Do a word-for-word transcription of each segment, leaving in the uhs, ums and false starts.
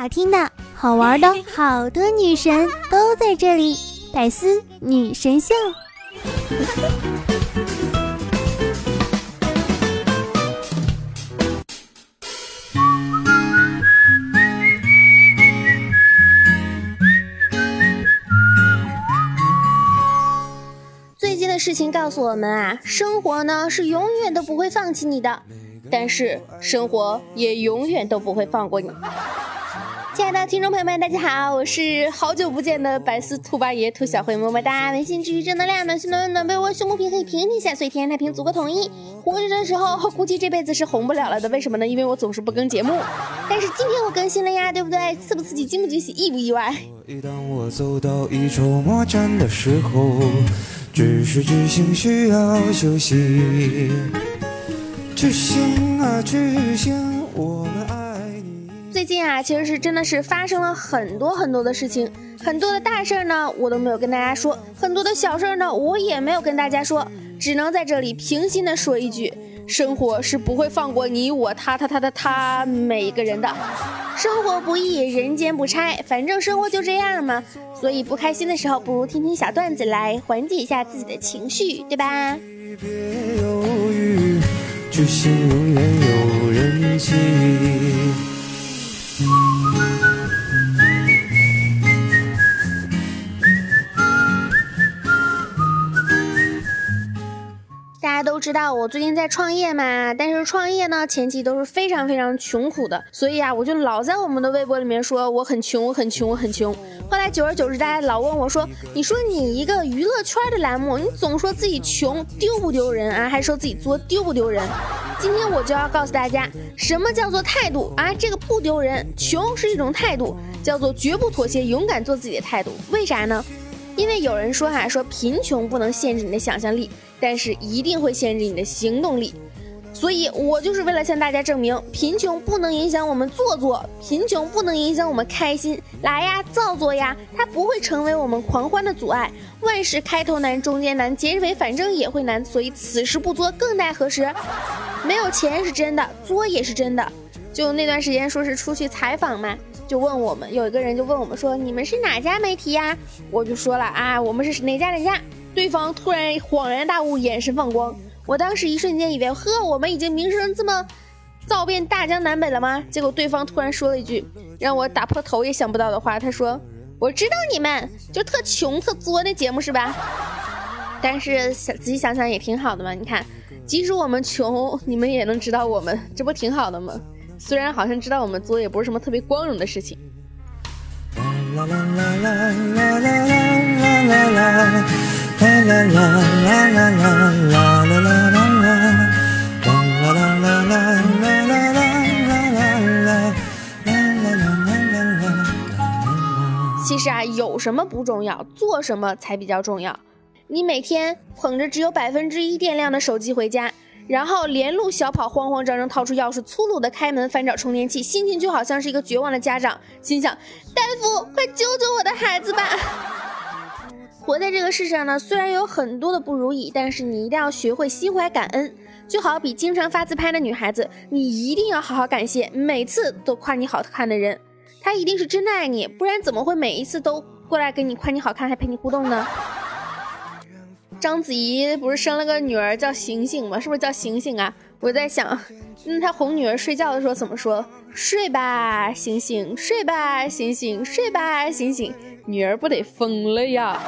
好听的、好玩的，好多女神都在这里，百思女神秀。 最近的事情告诉我们啊，生活呢是永远都不会放弃你的，但是生活也永远都不会放过你。亲爱的听众朋友们，大家好，我是好久不见的百思兔八爷兔小慧，么么哒，温馨治愈正能量，暖心暖暖被窝，胸不平可以平天下，所以天然太平足够统一。活着的时候估计这辈子是红不了了的，为什么呢？因为我总是不更节目，但是今天我更新了呀，对不对？刺不刺激，惊不惊喜，意不意外？ 当我走到一筹莫展的时候，只是知行需要休息，知行啊知行，我们爱你。 最近啊，其实是真的是发生了很多很多的事情，很多的大事呢我都没有跟大家说，很多的小事呢我也没有跟大家说，只能在这里平心的说一句，生活是不会放过你我他他他他他每一个人的。生活不易，人间不拆，反正生活就这样嘛，所以不开心的时候不如听听小段子来缓解一下自己的情绪，对吧？ 别犹豫，知行永远有人气。 大家都知道我最近在创业嘛，但是创业呢前期都是非常非常穷苦的，所以啊我就老在我们的微博里面说我很穷我很穷我很穷。后来久而久之大家老问我说，你说你一个娱乐圈的栏目，你总说自己穷丢不丢人啊，还说自己作丢不丢人？今天我就要告诉大家什么叫做态度啊，这个不丢人，穷是一种态度，叫做绝不妥协，勇敢做自己的态度。为啥呢？因为有人说哈、啊，说贫穷不能限制你的想象力，但是一定会限制你的行动力。所以我就是为了向大家证明，贫穷不能影响我们做作，贫穷不能影响我们开心，来呀造作呀，它不会成为我们狂欢的阻碍。万事开头难，中间难，结尾反正也会难，所以此时不作更待何时？没有钱是真的，作也是真的。就那段时间说是出去采访嘛，就问我们，有一个人就问我们说，你们是哪家媒体呀？我就说了啊，我们是哪家哪家。对方突然恍然大悟，眼神放光。我当时一瞬间以为，呵，我们已经名声这么造遍大江南北了吗？结果对方突然说了一句让我打破头也想不到的话，他说，我知道你们就特穷特作那节目是吧？但是仔细想想也挺好的嘛，你看即使我们穷，你们也能知道我们，这不挺好的吗？虽然好像知道我们作也不是什么特别光荣的事情。啦啦啦啦啦啦啦啦啦啦啦啦啦啦啦啦啦啦啦。其实啊，有什么不重要，做什么才比较重要。你每天捧着只有百分之一电量的手机回家，然后连路小跑，慌慌张张掏出钥匙，粗鲁的开门，翻找充电器，心情就好像是一个绝望的家长，心想，大夫快救救我的孩子吧。活在这个世上呢，虽然有很多的不如意，但是你一定要学会心怀感恩。就好比经常发自拍的女孩子，你一定要好好感谢每次都夸你好看的人，他一定是真的爱你，不然怎么会每一次都过来跟你夸你好看还陪你互动呢？章子怡不是生了个女儿叫醒醒吗？是不是叫醒醒啊？我在想，那她哄女儿睡觉的时候怎么说？睡吧醒醒，睡吧醒醒，睡吧醒醒，女儿不得疯了呀。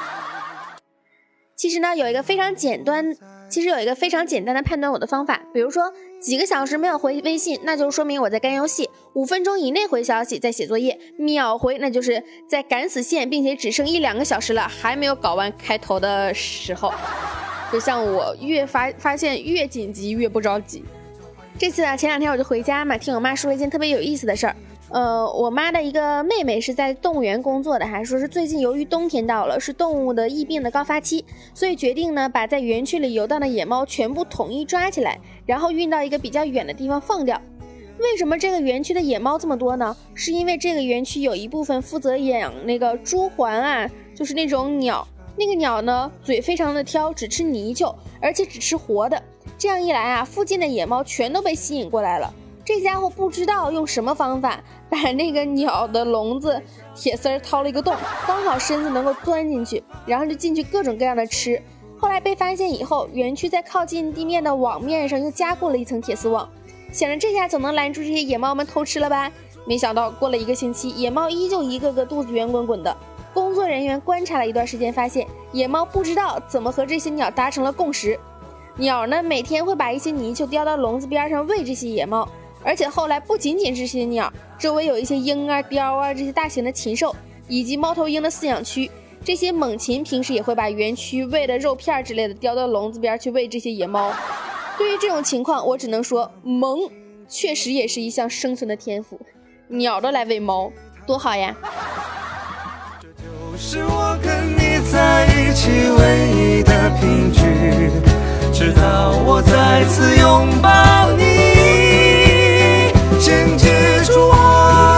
其实呢，有一个非常简单其实有一个非常简单的判断我的方法，比如说几个小时没有回微信，那就说明我在干游戏，五分钟以内回消息在写作业，秒回那就是在赶死线，并且只剩一两个小时了还没有搞完开头的时候。就像我越发发现越紧急越不着急。这次啊，前两天我就回家嘛，听我妈说了一件特别有意思的事儿。呃，我妈的一个妹妹是在动物园工作的，还说是最近由于冬天到了，是动物的疫病的高发期，所以决定呢把在园区里游荡的野猫全部统一抓起来，然后运到一个比较远的地方放掉。为什么这个园区的野猫这么多呢？是因为这个园区有一部分负责养那个朱鹮啊，就是那种鸟，那个鸟呢嘴非常的挑，只吃泥鳅，而且只吃活的。这样一来啊，附近的野猫全都被吸引过来了。 这家伙不知道用什么方法把那个鸟的笼子铁丝掏了一个洞，刚好身子能够钻进去，然后就进去各种各样的吃。后来被发现以后，园区在靠近地面的网面上又加固了一层铁丝网，想着这下总能拦住这些野猫们偷吃了吧。没想到过了一个星期，野猫依旧一个个肚子圆滚滚的。工作人员观察了一段时间，发现野猫不知道怎么和这些鸟达成了共识。鸟呢，每天会把一些泥鳅叼到笼子边上喂这些野猫，而且后来不仅仅是这些鸟，周围有一些鹰啊、雕啊这些大型的禽兽，以及猫头鹰的饲养区。这些猛禽平时也会把园区喂的肉片之类的叼到笼子边去喂这些野猫。对于这种情况，我只能说，萌确实也是一项生存的天赋。鸟都来喂猫，多好呀！ 这就是我跟你在一起唯一的凭据，直到我再次拥抱你，请记住我。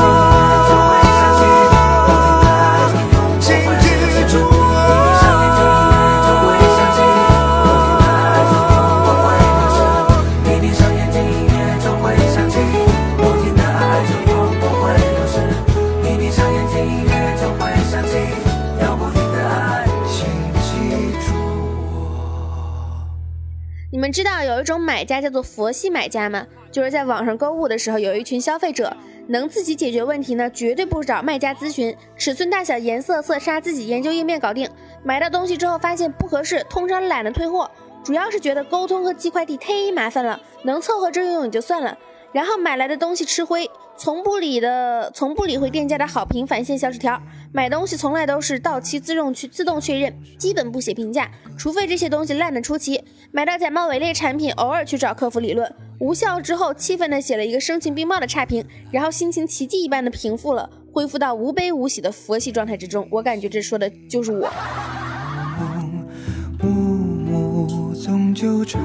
你们知道有一种买家叫做佛系买家吗？就是在网上购物的时候，有一群消费者能自己解决问题呢，绝对不找卖家咨询，尺寸大小颜色色差自己研究页面搞定，买到东西之后发现不合适，通常懒得退货，主要是觉得沟通和寄快递忒麻烦了，能凑合着用也就算了，然后买来的东西吃灰，从不理的从不理会店家的好评返现小纸条，买东西从来都是到期自动去自动确认，基本不写评价，除非这些东西烂得出奇。买到假冒伪劣产品，偶尔去找客服理论，无效之后气愤地写了一个声情并茂的差评，然后心情奇迹一般的平复了，恢复到无悲无喜的佛系状态之中。我感觉这说的就是我。 暮暮总纠缠，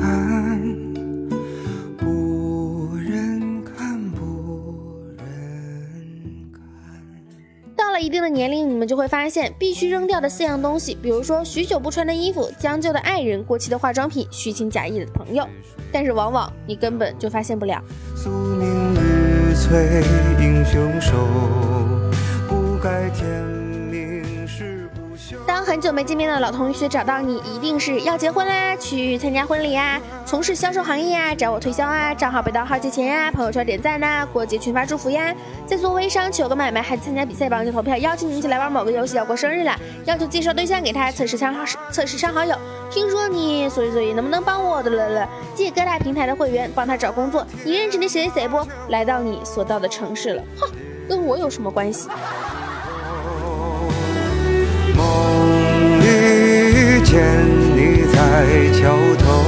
不忍看不忍看。 到了一定的年龄，你们就会发现必须扔掉的四样东西，比如说许久不穿的衣服、将就的爱人、过期的化妆品、虚情假意的朋友，但是往往你根本就发现不了。 宿命日催英雄手，不该天明是不休。 当很久没见面的老同学找到你，一定是要结婚啦，去参加婚礼啊，从事销售行业啊，找我推销啊，账号被盗号借钱呀，朋友圈点赞呐，过节群发祝福呀，在做微商求个买卖，还参加比赛帮着投票，邀请你一起来玩某个游戏，要过生日了，要求介绍对象给他，测试参好测试上好友，听说你所以所以能不能帮我的了了，借各大平台的会员帮他找工作，你认识那谁谁不？来到你所到的城市了，哼，跟我有什么关系？ 梦里见你在桥头，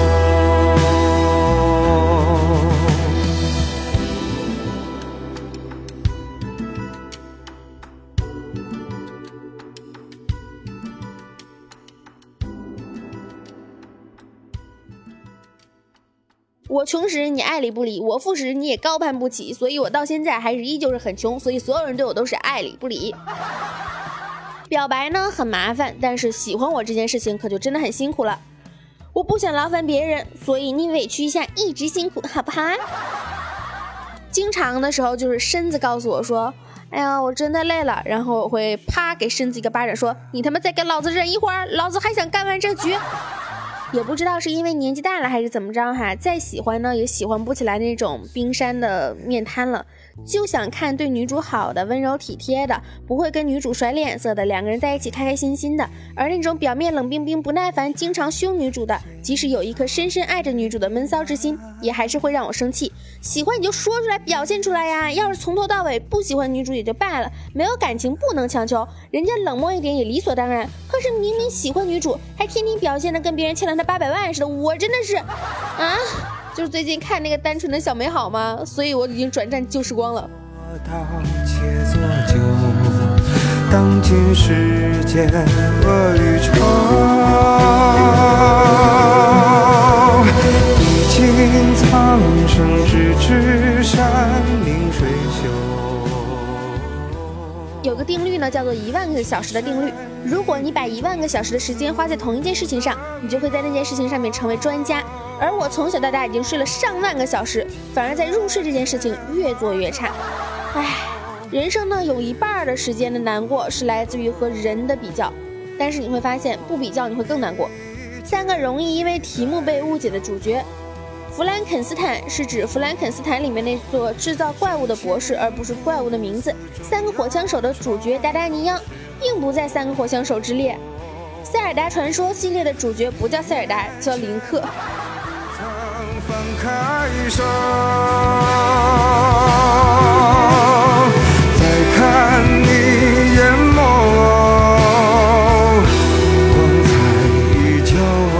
我穷时你爱理不理，我富时你也高攀不起，所以我到现在还是依旧是很穷，所以所有人对我都是爱理不理。表白呢很麻烦，但是喜欢我这件事情可就真的很辛苦了。我不想劳烦别人，所以你委屈一下，一直辛苦好不好？经常的时候就是身子告诉我说，哎呀我真的累了，然后我会啪给身子一个巴掌说，你他妈再给老子忍一会儿，老子还想干完这局。也不知道是因为年纪大了还是怎么着哈，再喜欢呢也喜欢不起来那种冰山的面瘫了，就想看对女主好的、温柔体贴的，不会跟女主甩脸色的，两个人在一起开开心心的。而那种表面冷冰冰、不耐烦、经常凶女主的，即使有一颗深深爱着女主的闷骚之心，也还是会让我生气。喜欢你就说出来，表现出来呀！要是从头到尾不喜欢女主也就罢了，没有感情不能强求，人家冷漠一点也理所当然。可是明明喜欢女主，还天天表现的跟别人欠了她八百万似的，我真的是啊！就是最近看那个单纯的小美好嘛，所以我已经转战旧时光了。 当且作酒，当今世间恶与仇，历经苍生之至山明水秀。 有个定律呢，叫做一万个小时的定律。如果你把一万个小时的时间花在同一件事情上，你就会在那件事情上面成为专家。 而我从小到大已经睡了上万个小时，反而在入睡这件事情越做越差。唉，人生呢有一半的时间的难过是来自于和人的比较，但是你会发现不比较你会更难过。三个容易因为题目被误解的主角。弗兰肯斯坦是指弗兰肯斯坦里面那座制造怪物的博士，而不是怪物的名字。三个火枪手的主角达达尼央并不在三个火枪手之列。塞尔达传说系列的主角不叫塞尔达，叫林克。 放开手，再看你眼眸，光彩依旧。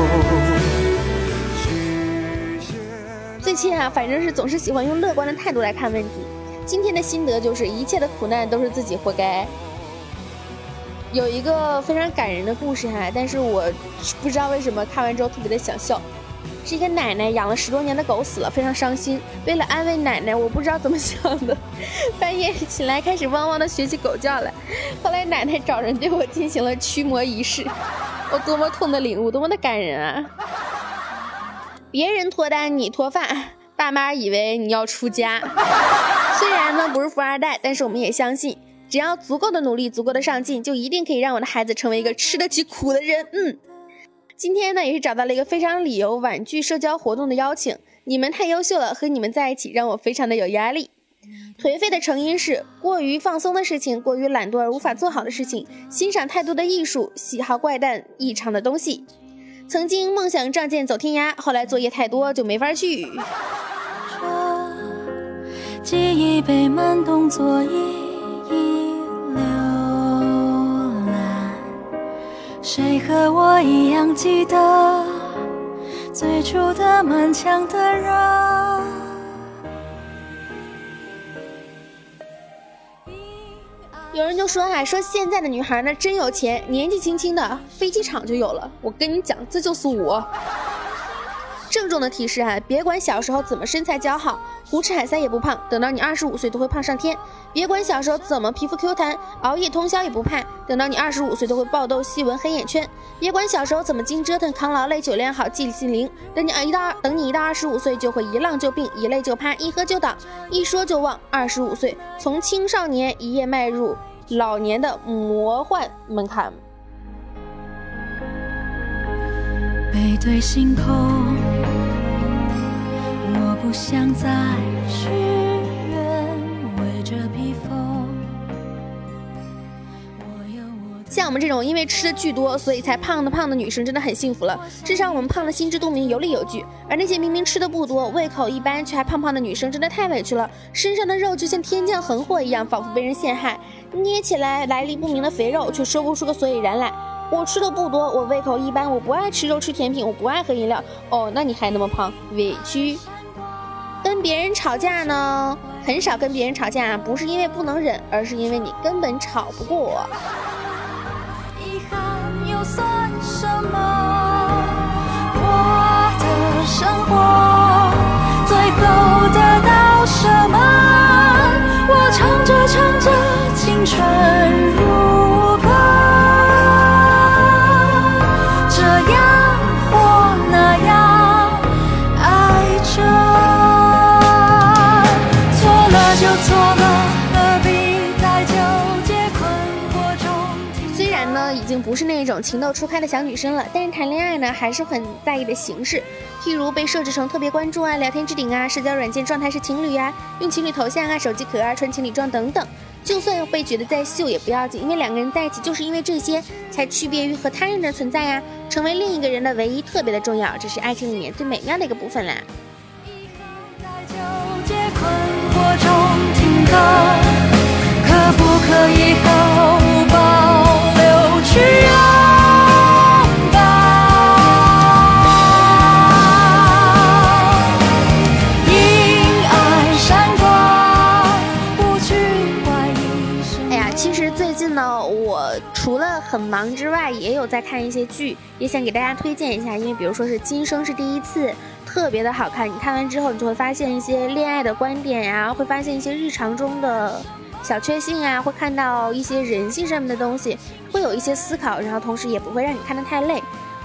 最近啊，反正是总是喜欢用乐观的态度来看问题。今天的心得就是，一切的苦难都是自己活该。有一个非常感人的故事哈，但是我不知道为什么看完之后特别的想笑。是一个奶奶养了十多年的狗死了，非常伤心。为了安慰奶奶，我不知道怎么想的，半夜醒来开始汪汪的学起狗叫来。后来奶奶找人对我进行了驱魔仪式，我多么痛的领悟，多么的感人啊！别人脱单你脱发，爸妈以为你要出家。虽然呢不是富二代，但是我们也相信，只要足够的努力，足够的上进，就一定可以让我的孩子成为一个吃得起苦的人。嗯。今天呢，也是找到了一个非常理由婉拒社交活动的邀请。你们太优秀了，和你们在一起让我非常的有压力。颓废的成因是过于放松的事情，过于懒惰而无法做好的事情，欣赏太多的艺术，喜好怪诞异常的东西。曾经梦想仗剑走天涯，后来作业太多就没法去。 记忆被慢动作一谁和我一样记得最初的满腔的热？ 有人就说啊，说现在的女孩呢真有钱，年纪轻轻的飞机场就有了。我跟你讲，这就是我。郑重的提示啊，别管小时候怎么身材姣好，胡吃海塞也不胖，等到你二十五岁都会胖上天。别管小时候怎么皮肤 Q 弹，熬夜通宵也不怕，等到你二十五岁都会爆痘细纹黑眼圈。别管小时候怎么精折腾扛劳累酒量好记性灵，等你一到等你一到二十五岁就会一浪就病，一累就趴，一喝就倒，一说就忘。二十五岁从青少年一夜迈入老年的魔幻门槛。 背对星空，我不想再许愿，围着披风。 像我们这种因为吃的巨多所以才胖的胖的女生真的很幸福了，至少我们胖的心知肚明有理有据。而那些明明吃的不多胃口一般却还胖胖的女生真的太委屈了，身上的肉就像天降横祸一样，仿佛被人陷害，捏起来来历不明的肥肉却说不出个所以然来。我吃的不多，我胃口一般，我不爱吃肉吃甜品，我不爱喝饮料。哦，那你还那么胖，委屈。跟别人吵架呢，很少跟别人吵架，不是因为不能忍，而是因为你根本吵不过我。 遗憾又算什么？我的生活最后得到什么？我唱着唱着青春如歌，这样或那样爱着，错了就错了，何必再纠结困惑中。 虽然呢已经不是那种情窦初开的小女生了，但是谈恋爱呢还是很在意的形式，譬如被设置成特别关注啊、聊天置顶啊、社交软件状态是情侣啊、用情侣头像啊、手机壳啊、穿情侣装等等。就算被觉得在秀也不要紧，因为两个人在一起就是因为这些才区别于和他人的存在啊，成为另一个人的唯一特别的重要，这是爱情里面最美妙的一个部分啦。 在纠结困惑中停格，可不可以毫无保留去拥抱？因爱闪光，不去怀疑什么。 哎呀，其实最近呢，我除了很忙之外，也有在看一些剧，也想给大家推荐一下，因为比如说是《今生是第一次》。特别的好看，你看完之后你就会发现一些恋爱的观点呀、啊，会发现一些日常中的小确幸啊，会看到一些人性上面的东西，会有一些思考，然后同时也不会让你看得太累。